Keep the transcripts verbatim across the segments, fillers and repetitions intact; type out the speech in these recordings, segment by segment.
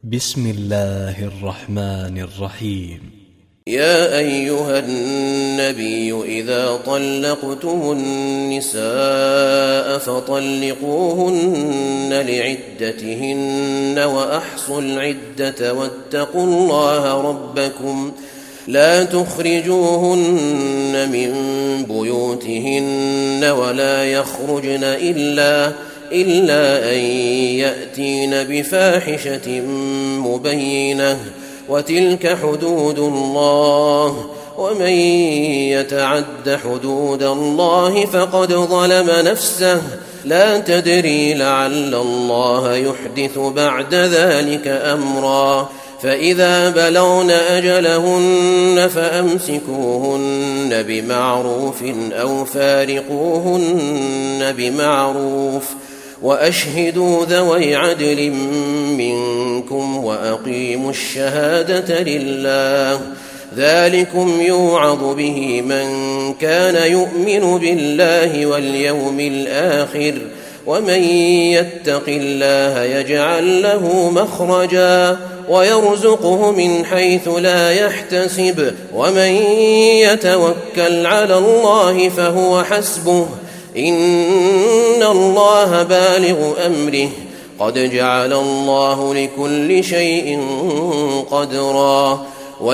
بسم الله الرحمن الرحيم. يا أيها النبي إذا طلقتم النساء فطلقوهن لعدتهن وأحصوا العدة واتقوا الله ربكم لا تخرجوهن من بيوتهن ولا يخرجن إلا إلا أن يأتين بفاحشة مبينة وتلك حدود الله ومن يتعد حدود الله فقد ظلم نفسه لا تدري لعل الله يحدث بعد ذلك أمرا فإذا بلغن أجلهن فأمسكوهن بمعروف أو فارقوهن بمعروف وأشهدوا ذوي عدل منكم وأقيموا الشهادة لله ذلكم يوعظ به من كان يؤمن بالله واليوم الآخر ومن يتق الله يجعل له مخرجا ويرزقه من حيث لا يحتسب ومن يتوكل على الله فهو حسبه إن الله بالغ أمره قد جعل الله لكل شيء قدرا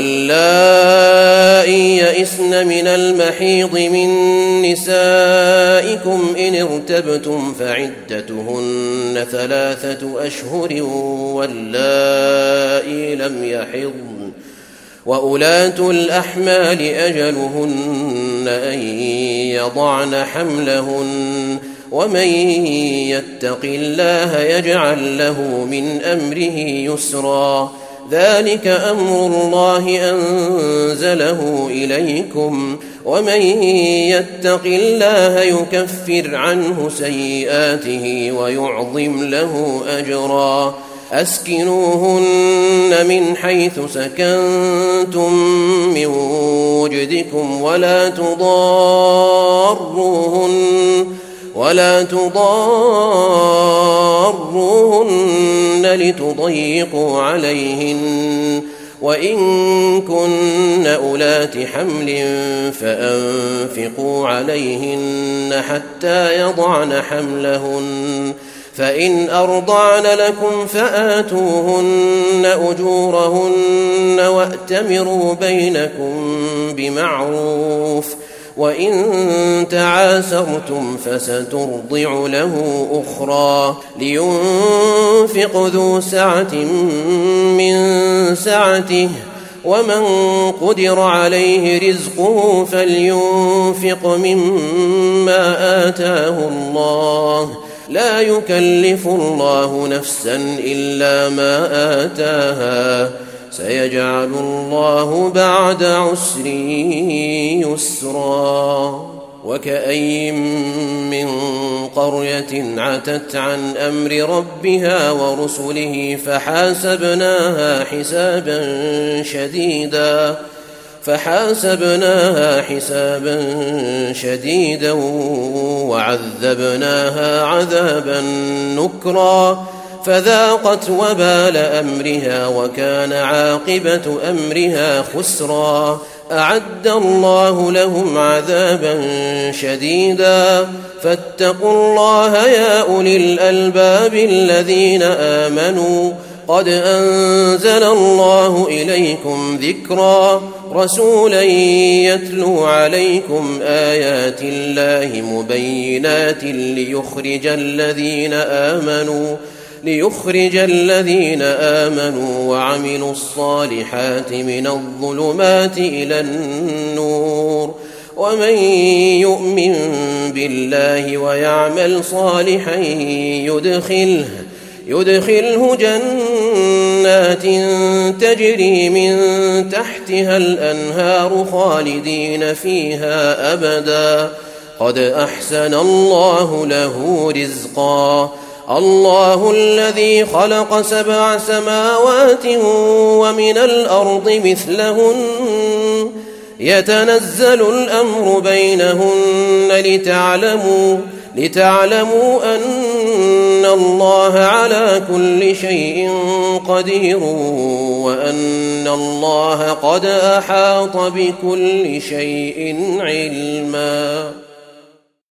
واللائي يئسن من المحيض من نسائكم إن ارتبتم فعدتهن ثلاثة أشهر واللائي لم يحضن وأولاة الأحمال أجلهن أن يضعن حملهن ومن يتق الله يجعل له من أمره يسرا ذلك أمر الله أنزله إليكم ومن يتق الله يكفر عنه سيئاته ويعظم له أجرا أسكنوهن من حيث سكنتم من وجدكم ولا تضاروهن ولا تضاروهن لتضيقوا عليهن وإن كن أولات حمل فأنفقوا عليهن حتى يضعن حملهن فإن أرضعن لكم فآتوهن أجورهن وأتمروا بينكم بمعروف وإن تعاسرتم فسترضع له أخرى لينفق ذو سعة من سعته ومن قدر عليه رزقه فلينفق مما آتاه الله لا يكلف الله نفسا إلا ما آتاها سيجعل الله بعد عسر يسرا وكأي من قرية عتت عن أمر ربها ورسله فحاسبناها حسابا شديدا فحاسبناها حسابا شديدا وعذبناها عذابا نكرا فذاقت وبال أمرها وكان عاقبة أمرها خسرا أعد الله لهم عذابا شديدا فاتقوا الله يا أولي الألباب الذين آمنوا قد أنزل الله إليكم ذكرا رسولا يتلو عليكم آيات الله مبينات ليخرج الذين آمنوا ليخرج الذين آمنوا وعملوا الصالحات من الظلمات إلى النور ومن يؤمن بالله ويعمل صالحا يدخله يدخله جنات تجري من تحتها الأنهار خالدين فيها أبدا قد أحسن الله له رزقا الله الذي خلق سبع سماوات ومن الأرض مثلهن يتنزل الأمر بينهن لتعلموا لتعلموا أن الله على كل شيء قدير وأن الله قد أحاط بكل شيء علما.